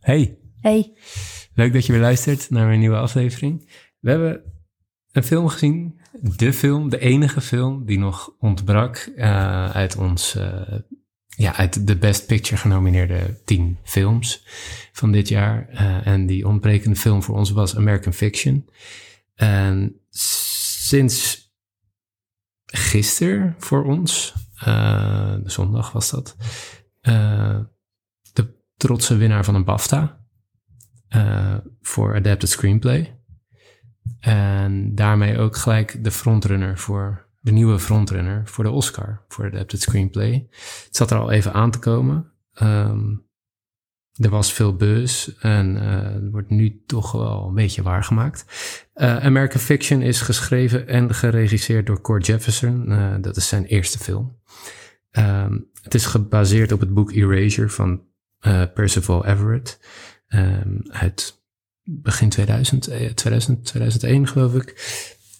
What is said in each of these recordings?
Hey. Hey. Leuk dat je weer luistert naar mijn nieuwe aflevering. We hebben een film gezien. De enige film die nog ontbrak uit uit de Best Picture genomineerde 10 films van dit jaar. En die ontbrekende film voor ons was American Fiction. En sinds gisteren voor ons, de zondag was dat, de trotse winnaar van een BAFTA voor Adapted Screenplay. En daarmee ook gelijk de nieuwe frontrunner voor de Oscar voor Adapted Screenplay. Het zat er al even aan te komen. Er was veel buzz en het wordt nu toch wel een beetje waargemaakt. American Fiction is geschreven en geregisseerd door Cord Jefferson. Dat is zijn eerste film. Het is gebaseerd op het boek Erasure van Percival Everett. Uit begin 2001 geloof ik.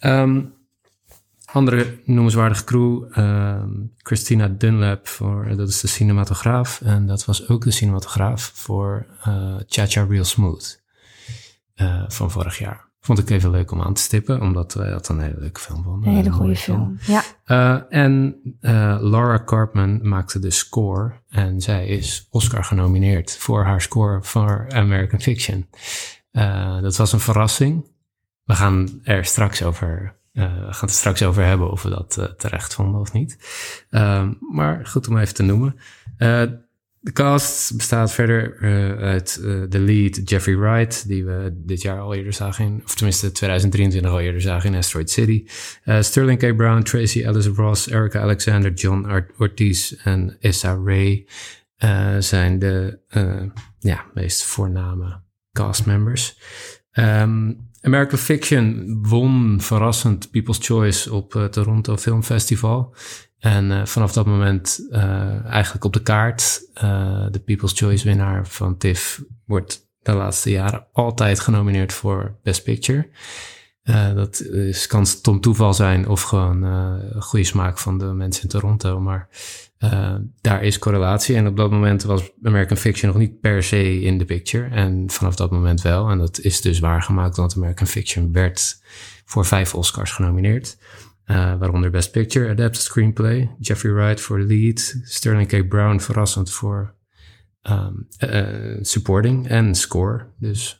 Andere noemenswaardige crew, Christina Dunlap, dat is de cinematograaf. En dat was ook de cinematograaf voor Cha-Cha Real Smooth van vorig jaar. Vond ik even leuk om aan te stippen, omdat wij dat een hele leuke film vonden. Een hele goede film, ja. En Laura Karpman maakte de score en zij is Oscar genomineerd voor haar score voor American Fiction. Dat was een verrassing. We gaan het straks over hebben of we dat terecht vonden of niet. Maar goed om even te noemen. De cast bestaat verder uit de lead Jeffrey Wright, die we dit jaar al eerder zagen of tenminste 2023 al eerder zagen in Asteroid City. Sterling K. Brown, Tracy Ellis Ross, Erica Alexander, John Ortiz en Issa Rae zijn de meest voorname castmembers. American Fiction won verrassend People's Choice op het Toronto Film Festival. En vanaf dat moment eigenlijk op de kaart. De People's Choice winnaar van TIFF wordt de laatste jaren altijd genomineerd voor Best Picture. Dat kan toeval zijn of gewoon goede smaak van de mensen in Toronto. Maar daar is correlatie. En op dat moment was American Fiction nog niet per se in de picture. En vanaf dat moment wel. En dat is dus waargemaakt, want American Fiction werd voor 5 Oscars genomineerd. Waaronder Best Picture, Adapted Screenplay, Jeffrey Wright voor lead, Sterling K. Brown verrassend voor supporting en score. Dus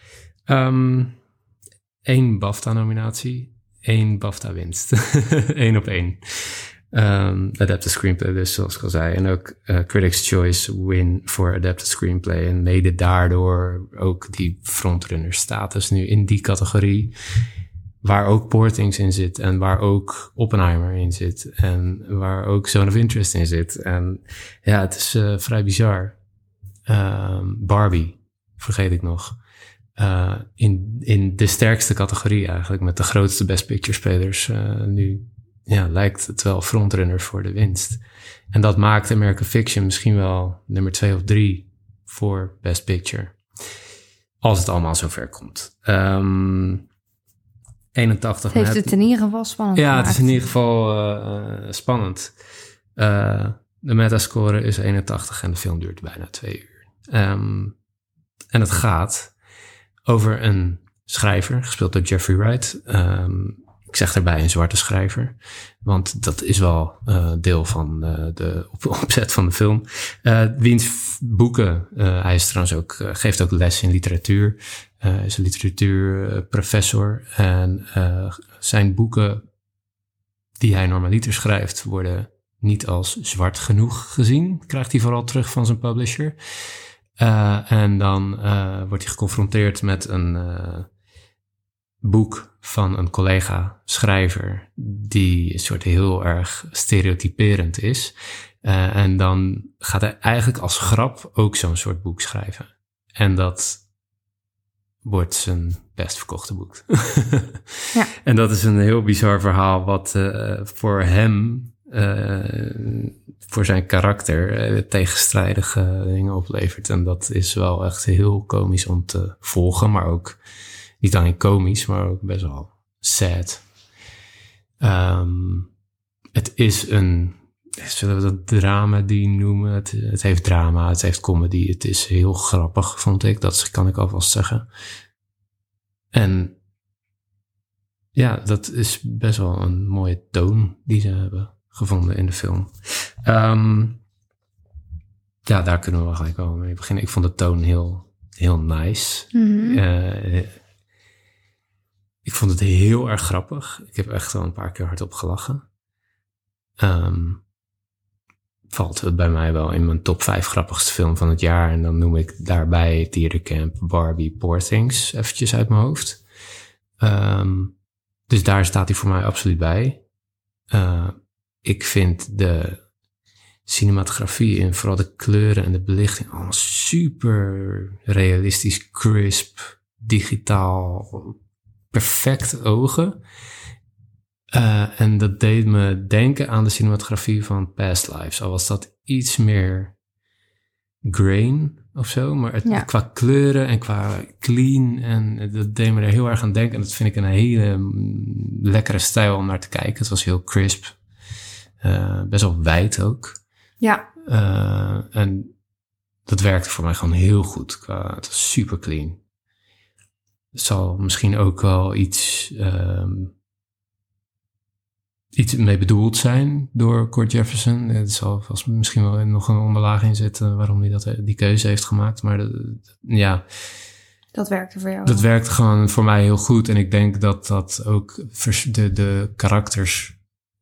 1 BAFTA-nominatie, 1 BAFTA-winst. 1 op 1. Adapted Screenplay dus, zoals ik al zei. En ook Critics' Choice win voor Adapted Screenplay. En mede daardoor ook die frontrunner status nu in die categorie. Waar ook Poor Things in zit. En waar ook Oppenheimer in zit. En waar ook Zone of Interest in zit. En ja, het is vrij bizar. Barbie, vergeet ik nog. In de sterkste categorie eigenlijk. Met de grootste Best Picture spelers. Nu lijkt het wel frontrunner voor de winst. En dat maakt American Fiction misschien wel nummer 2 of 3 voor Best Picture. Als het allemaal zover komt. 81. Heeft het in ieder geval spannend gemaakt. Het is in ieder geval spannend. De metascore is 81 en de film duurt bijna 2 uur. En het gaat over een schrijver, gespeeld door Jeffrey Wright. Ik zeg erbij een zwarte schrijver, want dat is wel deel van de opzet van de film. Wiens boeken, hij is trouwens ook, geeft ook les in literatuur. Is een literatuurprofessor. En zijn boeken die hij normaliter schrijft worden niet als zwart genoeg gezien. Krijgt hij vooral terug van zijn publisher. En dan wordt hij geconfronteerd met een boek van een collega schrijver die een soort heel erg stereotyperend is. En dan gaat hij eigenlijk als grap ook zo'n soort boek schrijven. En dat wordt zijn best verkochte boek. Ja. En dat is een heel bizar verhaal wat voor hem, voor zijn karakter, tegenstrijdige dingen oplevert. En dat is wel echt heel komisch om te volgen, maar ook niet alleen komisch, maar ook best wel sad. Het is een zullen we dat dramedy noemen? Het heeft drama, het heeft comedy. Het is heel grappig, vond ik. Dat kan ik alvast zeggen. En ja, dat is best wel een mooie toon die ze hebben gevonden in de film. Ja, daar kunnen we wel gelijk wel mee beginnen. Ik vond de toon heel nice. Mm-hmm. Ik vond het heel erg grappig. Ik heb echt wel een paar keer hardop gelachen. Valt het bij mij wel in mijn top 5 grappigste film van het jaar. En dan noem ik daarbij Dierenkamp, Barbie, Poor Things eventjes uit mijn hoofd. Dus daar staat hij voor mij absoluut bij. Ik vind de cinematografie en vooral de kleuren en de belichting allemaal super realistisch, crisp, digitaal, perfect ogen. En dat deed me denken aan de cinematografie van Past Lives. Al was dat iets meer grain of zo. Maar qua kleuren en qua clean. En dat deed me er heel erg aan denken. En dat vind ik een hele lekkere stijl om naar te kijken. Het was heel crisp. Best wel wijd ook. Ja. En dat werkte voor mij gewoon heel goed. Het was super clean. Het zal misschien ook wel iets mee bedoeld zijn door Cord Jefferson. Er zal vast misschien wel nog een onderlaag in zitten waarom hij die keuze heeft gemaakt. Maar dat werkte voor jou. Dat werkte gewoon voor mij heel goed. En ik denk dat dat ook de karakters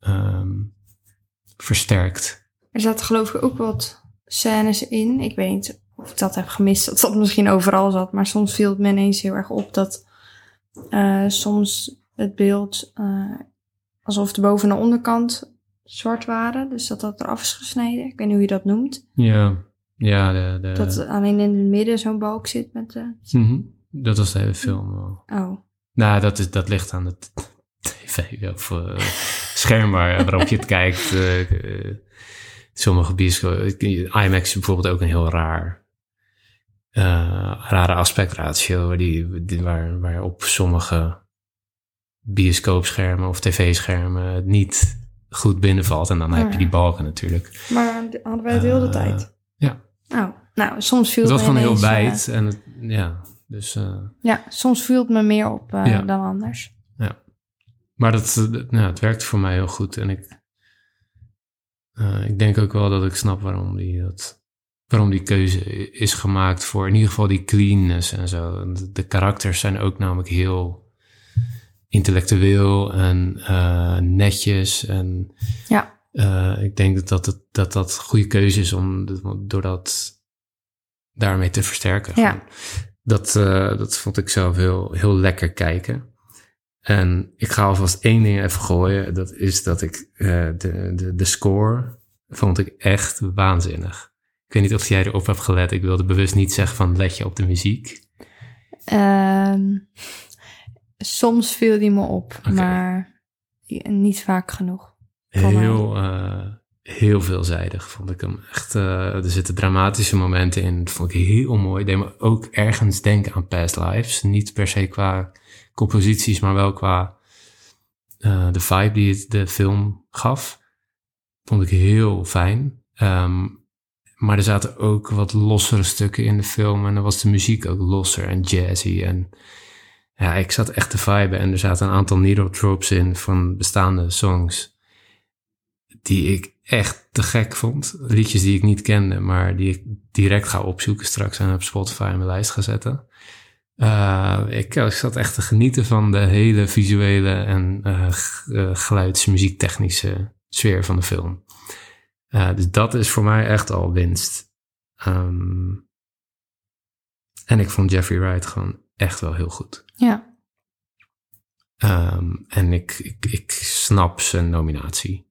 versterkt. Er zaten geloof ik ook wat scènes in. Ik weet niet of ik dat heb gemist. Dat misschien overal zat. Maar soms viel het me ineens heel erg op dat soms het beeld alsof de boven- en de onderkant zwart waren. Dus dat eraf is gesneden. Ik weet niet hoe je dat noemt. Ja. Dat alleen in het midden zo'n balk zit met de... Mm-hmm. Dat was de hele film. Oh. Nou, dat ligt aan het tv of scherm waarop je het kijkt. Sommige bioscopen, IMAX is bijvoorbeeld ook een heel rare aspectratio waar op sommige bioscoopschermen of tv-schermen het niet goed binnenvalt. En dan heb je die balken natuurlijk. Maar hadden wij het de hele tijd? Ja. Oh, nou, soms viel het het was gewoon heel wijd. En ja, soms viel het me meer op dan anders. Ja. Maar het werkte voor mij heel goed. En ik denk ook wel dat ik snap waarom die keuze is gemaakt voor in ieder geval die cleanness en zo. De karakters zijn ook namelijk heel intellectueel en netjes. En ik denk dat een goede keuze is door dat daarmee te versterken. Ja. Dat vond ik zelf heel lekker kijken. En ik ga alvast één ding even gooien. Dat is dat ik de score vond ik echt waanzinnig. Ik weet niet of jij erop hebt gelet. Ik wilde bewust niet zeggen van let je op de muziek. Soms viel die me op, okay. Maar niet vaak genoeg. Heel veelzijdig vond ik hem. Echt, er zitten dramatische momenten in. Dat vond ik heel mooi. Deed me ook ergens denken aan Past Lives. Niet per se qua composities, maar wel qua de vibe die het de film gaf. Vond ik heel fijn. Maar er zaten ook wat lossere stukken in de film. En dan was de muziek ook losser en jazzy. En ja, ik zat echt te viben. En er zaten een aantal needle drops in van bestaande songs die ik echt te gek vond. Liedjes die ik niet kende, maar die ik direct ga opzoeken straks en op Spotify in mijn lijst ga zetten. Ik zat echt te genieten van de hele visuele en geluids-muziektechnische sfeer van de film. Dus dat is voor mij echt al winst. En ik vond Jeffrey Wright gewoon echt wel heel goed. Ja. En ik snap zijn nominatie.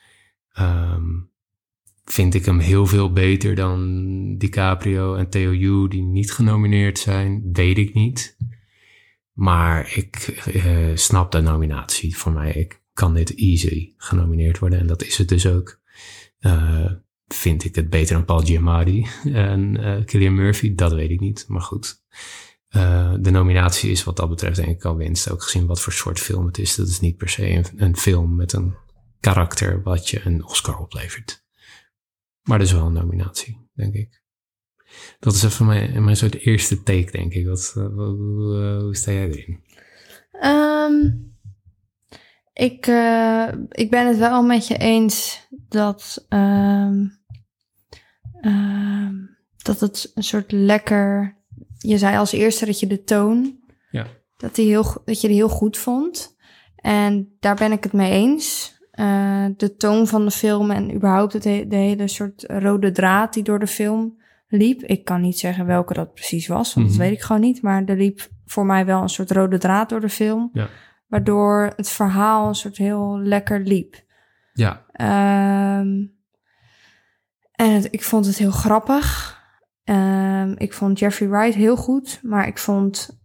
Vind ik hem heel veel beter dan DiCaprio en Theo Yu die niet genomineerd zijn, weet ik niet. Maar ik snap de nominatie voor mij. Ik kan dit easy genomineerd worden en dat is het dus ook. Vind ik het beter dan Paul Giamatti en Cillian Murphy? Dat weet ik niet, maar goed. De nominatie is wat dat betreft denk ik al winst. Ook gezien wat voor soort film het is. Dat is niet per se een film met een karakter wat je een Oscar oplevert. Maar dus wel een nominatie, denk ik. Dat is even mijn soort eerste take, denk ik. Hoe sta jij erin? Ik ben het wel met je eens dat het een soort lekker... Je zei als eerste dat je de toon... Ja. Dat je die heel goed vond. En daar ben ik het mee eens. De toon van de film en überhaupt de hele soort rode draad die door de film liep. Ik kan niet zeggen welke dat precies was, want dat weet ik gewoon niet. Maar er liep voor mij wel een soort rode draad door de film. Ja. Waardoor het verhaal een soort heel lekker liep. Ja. En ik vond het heel grappig. Ik vond Jeffrey Wright heel goed. Maar ik vond...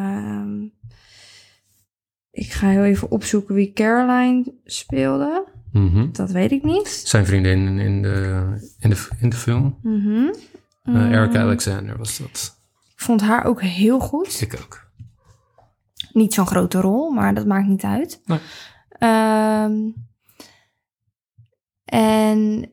ik ga heel even opzoeken wie Caroline speelde. Dat weet ik niet. Zijn vriendin in de film. Erica Alexander was dat. Ik vond haar ook heel goed. Ik ook. Niet zo'n grote rol, maar dat maakt niet uit. Nee. En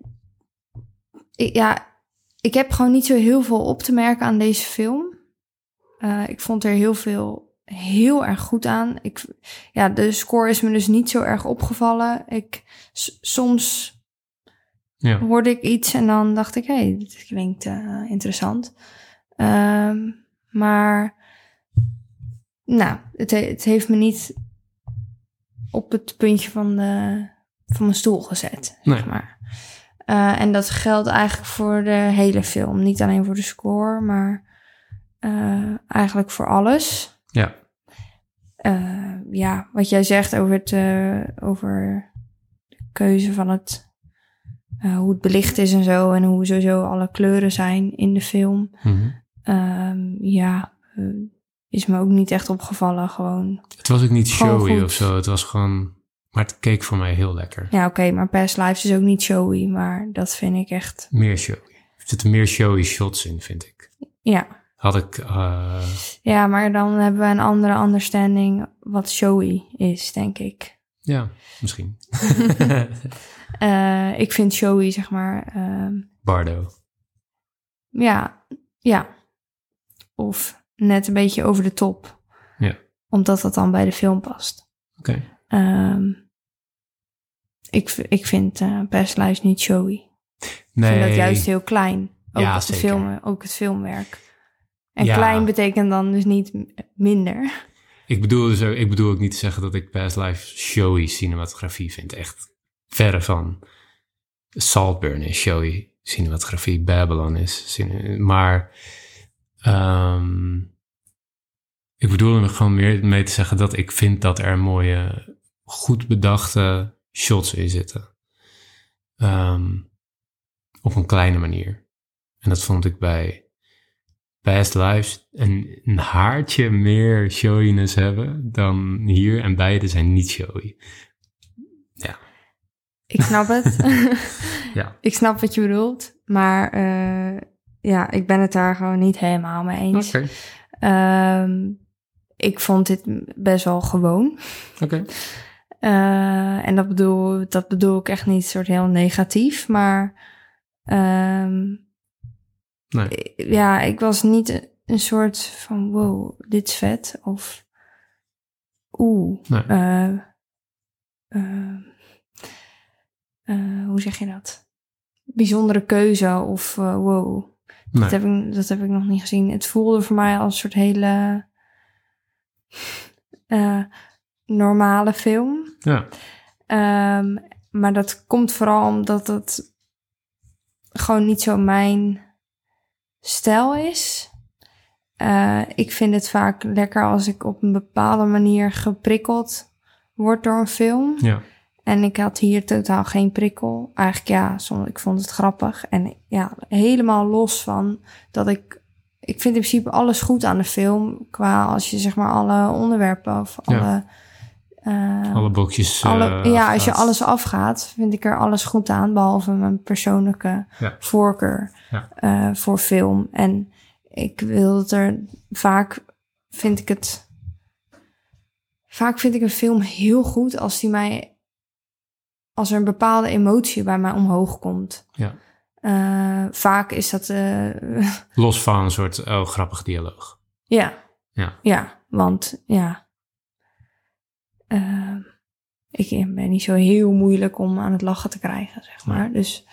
ik heb gewoon niet zo heel veel op te merken aan deze film. Ik vond er heel erg goed aan. De score is me dus niet zo erg opgevallen. Soms hoorde ik iets en dan dacht ik... Hey, dit klinkt interessant. Maar... Nou, het heeft me niet op het puntje van mijn stoel gezet, zeg maar. En dat geldt eigenlijk voor de hele film. Niet alleen voor de score, maar eigenlijk voor alles. Ja. Wat jij zegt over de keuze van hoe het belicht is en zo... en hoe sowieso alle kleuren zijn in de film. Is me ook niet echt opgevallen, gewoon. Het was ook niet showy goed. of zo. Het was gewoon... Maar het keek voor mij heel lekker. Ja, oké, maar Past Lives is ook niet showy, maar dat vind ik echt... Meer showy. Er zitten meer showy shots in, vind ik. Ja. Had ik... Ja, maar dan hebben we een andere understanding wat showy is, denk ik. Ja, misschien. Ik vind showy, zeg maar... Bardo. Ja. Of net een beetje over de top. Ja. Omdat dat dan bij de film past. Oké. Ik vind Past Lives niet showy. Nee. Ik vind dat juist heel klein. Ook het filmwerk. En klein betekent dan dus niet minder. Ik bedoel ook niet te zeggen dat ik Past Lives showy cinematografie vind. Echt verre van. Saltburn is showy cinematografie. Babylon is maar ik bedoel er gewoon meer mee te zeggen dat ik vind dat er mooie, goed bedachte shots in zitten. Op een kleine manier. En dat vond ik bij Past Lives een haartje meer showiness hebben dan hier. En beide zijn niet showy. Ja. Ik snap het. Ja. Ik snap wat je bedoelt. Maar ik ben het daar gewoon niet helemaal mee eens. Oké. Ik vond dit best wel gewoon. Oké. En dat bedoel ik echt niet soort heel negatief. Maar Nee. ja, ik was niet een soort van wow, dit is vet. Of Nee. hoe zeg je dat? Bijzondere keuze of wow. Nee. Dat heb ik nog niet gezien. Het voelde voor mij als een soort hele normale film. Ja. Maar dat komt vooral omdat het gewoon niet zo mijn stijl is. Ik vind het vaak lekker als ik op een bepaalde manier geprikkeld word door een film. Ja. En ik had hier totaal geen prikkel. Eigenlijk ik vond het grappig. En ja, helemaal los van dat ik vind in principe alles goed aan de film. Qua als je zeg maar alle onderwerpen of alle boekjes als je alles afgaat, vind ik er alles goed aan. Behalve mijn persoonlijke voorkeur voor film. En ik wil het er vaak vind ik een film heel goed als die mij als er een bepaalde emotie bij mij omhoog komt. Ja. Vaak is dat... Los van een soort grappig dialoog. Ja, want ik ben niet zo heel moeilijk om aan het lachen te krijgen, zeg maar. Dus,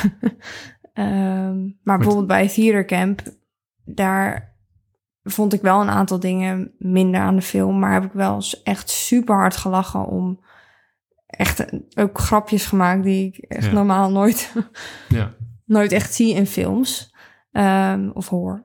maar bijvoorbeeld bij Theater Camp, daar vond ik wel een aantal dingen minder aan de film, maar heb ik wel echt super hard gelachen om echt ook grapjes gemaakt die ik echt normaal nooit echt zie in films of hoor.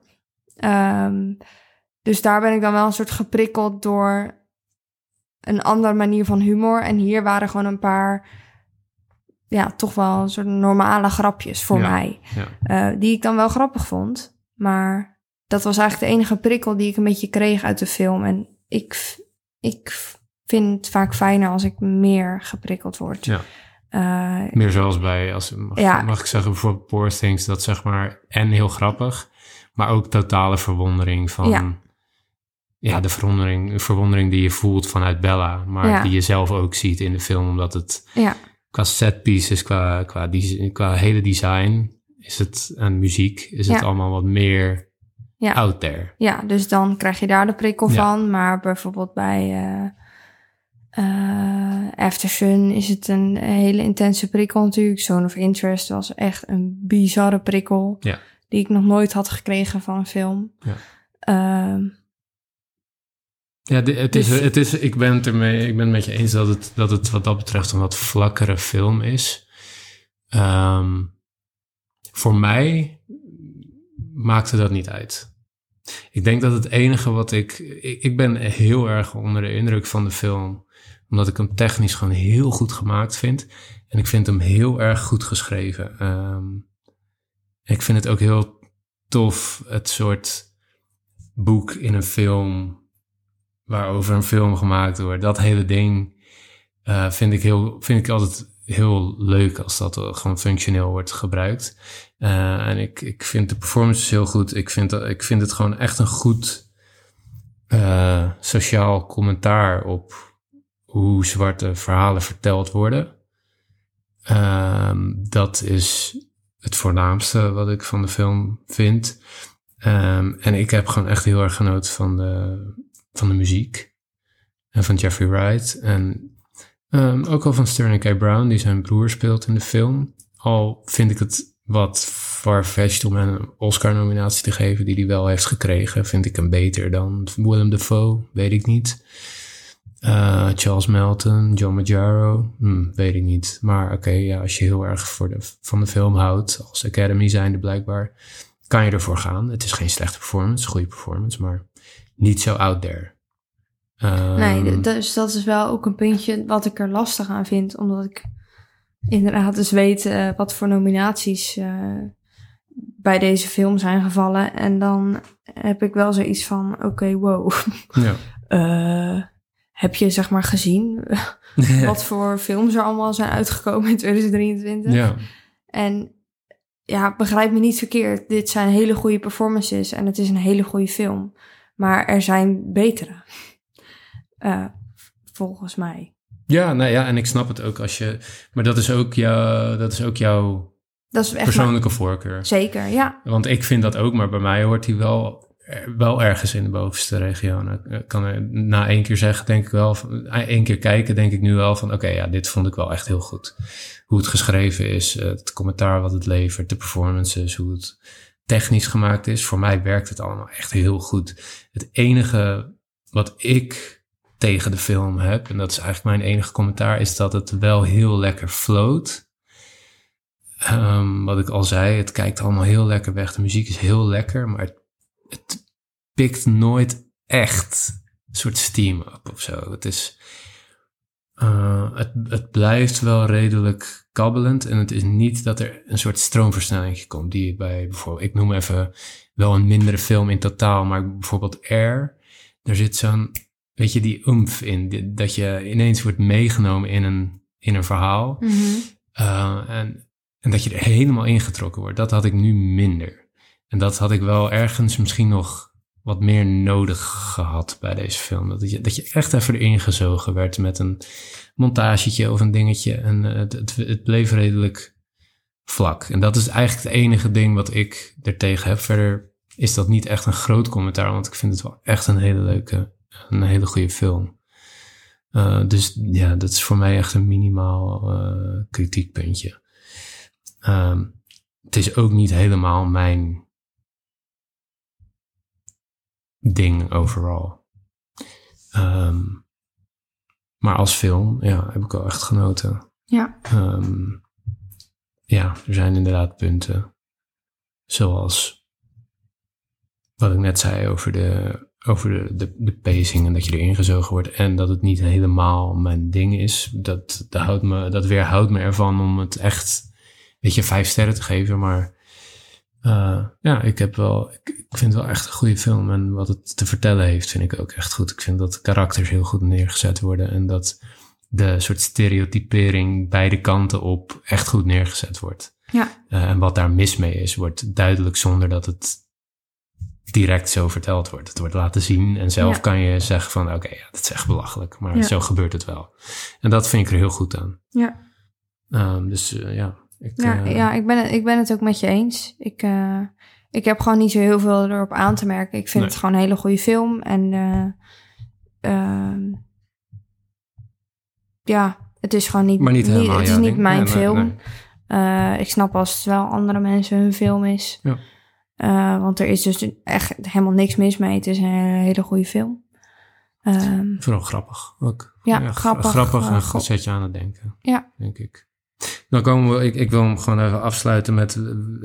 Dus daar ben ik dan wel een soort geprikkeld door een andere manier van humor. En hier waren gewoon een paar, toch wel een soort normale grapjes voor mij. Ja. Die ik dan wel grappig vond. Maar dat was eigenlijk de enige prikkel die ik een beetje kreeg uit de film. En ik vind het vaak fijner als ik meer geprikkeld word. Ja. Meer zoals bij, mag ik zeggen, bijvoorbeeld Poor Things, dat zeg maar en heel grappig, maar ook totale verwondering van... Ja, de verwondering die je voelt vanuit Bella, maar die je zelf ook ziet in de film, omdat het qua setpieces, qua hele design is het, en muziek is het allemaal wat meer out there. Ja, dus dan krijg je daar de prikkel van, maar bijvoorbeeld bij After Sun is het een hele intense prikkel natuurlijk. Zone of Interest was echt een bizarre prikkel die ik nog nooit had gekregen van een film. Ik ben het met je eens dat het wat dat betreft een wat vlakkere film is. Voor mij maakte dat niet uit. Ik denk dat het enige wat ik ben heel erg onder de indruk van de film, omdat ik hem technisch gewoon heel goed gemaakt vind. En ik vind hem heel erg goed geschreven. Ik vind het ook heel tof, het soort boek in een film waarover een film gemaakt wordt. Dat hele ding vind ik altijd heel leuk als dat gewoon functioneel wordt gebruikt. En ik vind de performances heel goed. Ik vind het gewoon echt een goed sociaal commentaar op hoe zwarte verhalen verteld worden. Dat is het voornaamste wat ik van de film vind. En ik heb gewoon echt heel erg genoten van de muziek. En van Jeffrey Wright. En ook al van Sterling K. Brown, die zijn broer speelt in de film. Al vind ik het wat far-fetched om hem een Oscar-nominatie te geven die hij wel heeft gekregen. Vind ik hem beter dan Willem Dafoe, weet ik niet. Charles Melton, John Maggiaro, weet ik niet. Maar oké, als je heel erg van de film houdt, als Academy zijnde blijkbaar, kan je ervoor gaan. Het is geen slechte performance, goede performance, maar niet zo out there. Nee, dus dat is wel ook een puntje wat ik er lastig aan vind, omdat ik inderdaad dus weet wat voor nominaties bij deze film zijn gevallen. En dan heb ik wel zoiets van, oké, wow. Ja. Heb je zeg maar gezien wat voor films er allemaal zijn uitgekomen in 2023? Ja. En begrijp me niet verkeerd. Dit zijn hele goede performances en het is een hele goede film. Maar er zijn betere. Volgens mij. Ja, en ik snap het ook maar dat is ook jouw persoonlijke voorkeur. Zeker, ja. Want ik vind dat ook, maar bij mij hoort hij wel ergens in de bovenste regio. Na 1 keer zeggen, denk ik wel, 1 keer kijken, denk ik nu wel van, oké, dit vond ik wel echt heel goed. Hoe het geschreven is, het commentaar wat het levert, de performances, hoe het technisch gemaakt is. Voor mij werkt het allemaal echt heel goed. Het enige wat ik tegen de film heb, en dat is eigenlijk mijn enige commentaar, is dat het wel heel lekker float. Wat ik al zei, het kijkt allemaal heel lekker weg. De muziek is heel lekker, maar het pikt nooit echt een soort steam up of zo. Het is, het blijft wel redelijk kabbelend en het is niet dat er een soort stroomversnelling komt die bij bijvoorbeeld, ik noem even wel een mindere film in totaal, maar bijvoorbeeld Air, daar zit zo'n, weet je, die oomph in, dat je ineens wordt meegenomen in een verhaal. Mm-hmm. En dat je er helemaal ingetrokken wordt. Dat had ik nu minder. En dat had ik wel ergens misschien nog wat meer nodig gehad bij deze film. Dat je echt even erin gezogen werd met een montagetje of een dingetje. En het bleef redelijk vlak. En dat is eigenlijk het enige ding wat ik ertegen heb. Verder is dat niet echt een groot commentaar, want ik vind het wel echt een hele goede film. Dus ja, dat is voor mij echt een minimaal kritiekpuntje. Het is ook niet helemaal mijn ding overal. Maar als film, ja, heb ik wel echt genoten. Ja. Ja, er zijn inderdaad punten. Zoals wat ik net zei over de pacing en dat je erin gezogen wordt. En dat het niet helemaal mijn ding is. Dat weerhoudt me ervan om het echt, 5 sterren te geven. Maar ja, ik vind het wel echt een goede film. En wat het te vertellen heeft, vind ik ook echt goed. Ik vind dat de karakters heel goed neergezet worden. En dat de soort stereotypering beide kanten op echt goed neergezet wordt. Ja. En wat daar mis mee is, wordt duidelijk zonder dat het direct zo verteld wordt. Het wordt laten zien en zelf kan je zeggen van oké, ja, dat is echt belachelijk. Maar zo gebeurt het wel. En dat vind ik er heel goed aan. Ja. Dus ja. Ik ben het ook met je eens. Ik heb gewoon niet zo heel veel erop aan te merken. Ik vind het gewoon een hele goede film. En ja, het is gewoon niet, het is niet mijn film. Nee. Ik snap als het wel andere mensen hun film is. Ja. Want er is dus echt helemaal niks mis mee. Het is een hele goede film. Vooral grappig ook. Ja, grappig en goed zet je aan het denken. Ja. Denk ik. Dan komen we, ik wil hem gewoon even afsluiten met...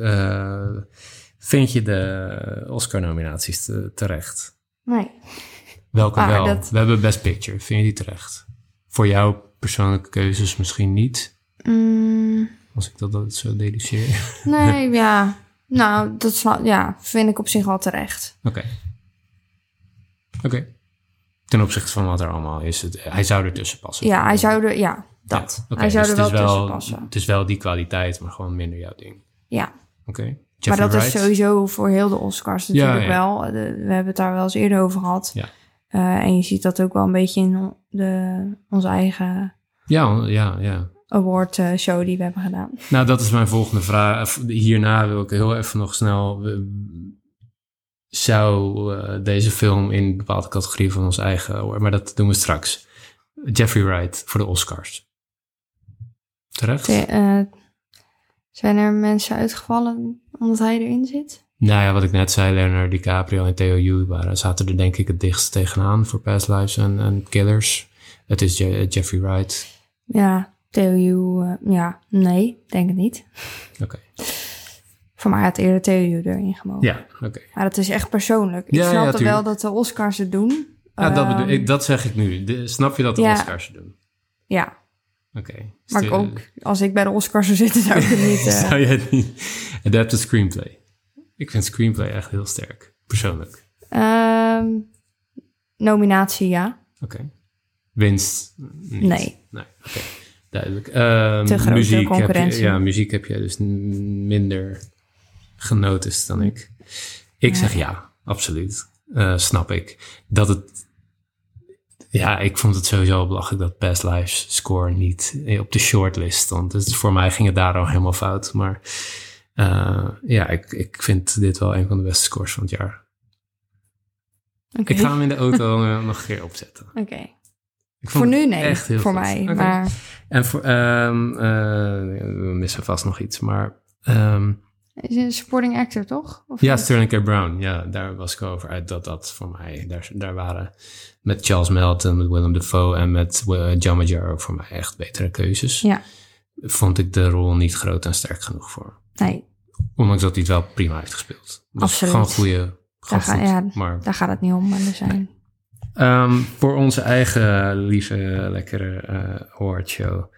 vind je de Oscar-nominaties terecht? Nee. Welke wel? We hebben Best Picture. Vind je die terecht? Voor jouw persoonlijke keuzes misschien niet? Als ik dat zo deduceer. Nee, ja. Nou, vind ik op zich wel terecht. Oké. Ten opzichte van wat er allemaal is. Hij zou ertussen passen. Ja, hij zou er... Ja, dat. Ja, hij zou dus er wel tussen passen. Het is wel die kwaliteit, maar gewoon minder jouw ding. Ja. Oké. Maar dat is sowieso voor heel de Oscars natuurlijk wel. We hebben het daar wel eens eerder over gehad. Ja. En je ziet dat ook wel een beetje in onze eigen... Ja. Award show die we hebben gedaan. Nou, dat is mijn volgende vraag. Hierna wil ik heel even nog snel... Zou deze film in een bepaalde categorie van ons eigen... Maar dat doen we straks. Jeffrey Wright voor de Oscars. Terecht? Zijn er mensen uitgevallen omdat hij erin zit? Nou ja, wat ik net zei, Leonardo DiCaprio en Theo Yu zaten er denk ik het dichtst tegenaan voor Past Lives en Killers. Het is Jeffrey Wright. Ja, Theo Yu, nee, denk het niet. Oké. Voor mij had eerder Theo Yu erin gemogen. Ja, oké. Maar dat is echt persoonlijk. Ik snap wel dat de Oscars het doen. Ja, dat zeg ik nu. Snap je dat de Oscars het doen? Ja. Oké. Maar ook, als ik bij de Oscars zou zitten, zou ik het niet... Zou je het niet... Adapted screenplay. Ik vind screenplay echt heel sterk. Persoonlijk. Nominatie, ja. Oké. Winst? Niet. Nee. Oké. Duidelijk. Te grote concurrentie. Muziek heb je dus minder genoten dan ik. Ik zeg ja, absoluut. Snap ik. Dat het... Ja, ik vond het sowieso belachelijk dat Past Lives score niet op de shortlist stond. Dus voor mij ging het daar al helemaal fout. Maar ik vind dit wel een van de beste scores van het jaar. Okay. Ik ga hem in de auto nog een keer opzetten. Oké. Voor nu nee, echt heel voor goed. Mij. Okay. Maar... En voor, we missen vast nog iets, maar... Is een supporting actor, toch? Of ja, Sterling K. Brown. Ja, daar was ik over uit dat voor mij... Daar waren met Charles Melton, met Willem Dafoe en met John Major ook voor mij echt betere keuzes. Ja. Vond ik de rol niet groot en sterk genoeg voor. Nee. Ondanks dat hij het wel prima heeft gespeeld. Dus absoluut. Gewoon goede... Daar gaat het niet om, maar er zijn... Voor onze eigen lieve, lekkere awardshow.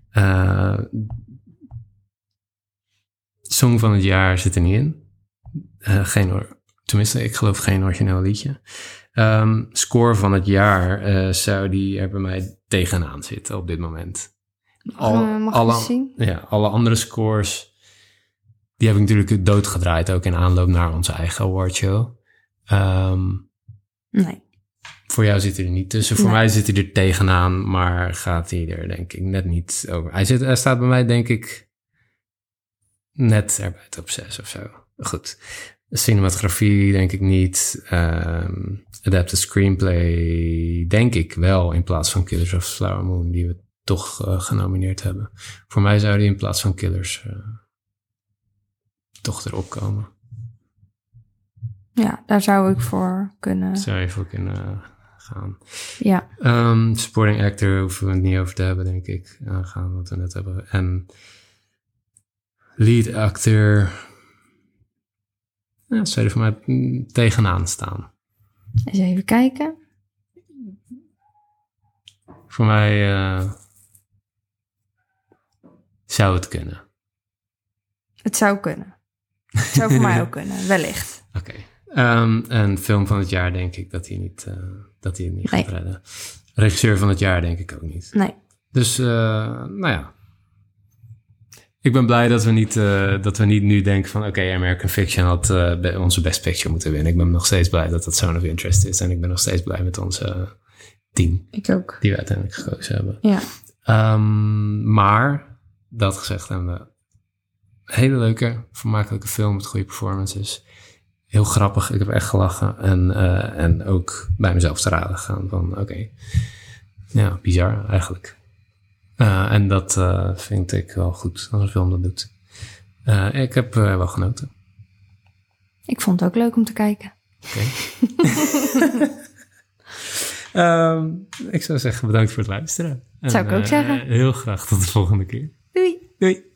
Song van het jaar zit er niet in. Tenminste, ik geloof geen origineel liedje. Score van het jaar zou die er bij mij tegenaan zitten op dit moment. Alle andere scores... Die heb ik natuurlijk doodgedraaid, ook in aanloop naar onze eigen awardshow. Nee. Voor jou zit hij er niet tussen. Voor mij zit hij er tegenaan, maar gaat hij er denk ik net niet over. Hij staat bij mij denk ik net erbij op 6 of zo. Goed. Cinematografie denk ik niet. Adapted screenplay denk ik wel in plaats van Killers of the Flower Moon, die we toch genomineerd hebben. Voor mij zou die in plaats van Killers toch erop komen. Ja, daar zou ik voor kunnen. Zou je voor kunnen gaan. Ja. Supporting actor hoeven we het niet over te hebben, denk ik. Gaan wat we net hebben. En lead actor. Ja, zou je er voor mij tegenaan staan. Eens even kijken. Voor mij zou het kunnen. Het zou kunnen. Het zou voor mij ook kunnen, wellicht. Oké. En film van het jaar denk ik dat hij het niet gaat redden. Regisseur van het jaar denk ik ook niet. Nee. Dus, nou ja. Ik ben blij dat we niet nu denken van oké, American Fiction had onze Best Picture moeten winnen. Ik ben nog steeds blij dat het Zone of Interest is. En ik ben nog steeds blij met onze 10. Ik ook. Die we uiteindelijk gekozen hebben. Ja. Maar, dat gezegd hebben we hele leuke, vermakelijke film met goede performances. Heel grappig, ik heb echt gelachen. En ook bij mezelf te raden gegaan van oké. Ja, bizar eigenlijk. En dat vind ik wel goed als een film dat doet. Ik heb wel genoten. Ik vond het ook leuk om te kijken. Oké. Ik zou zeggen bedankt voor het luisteren. Zou ik ook zeggen. Heel graag tot de volgende keer. Doei. Doei.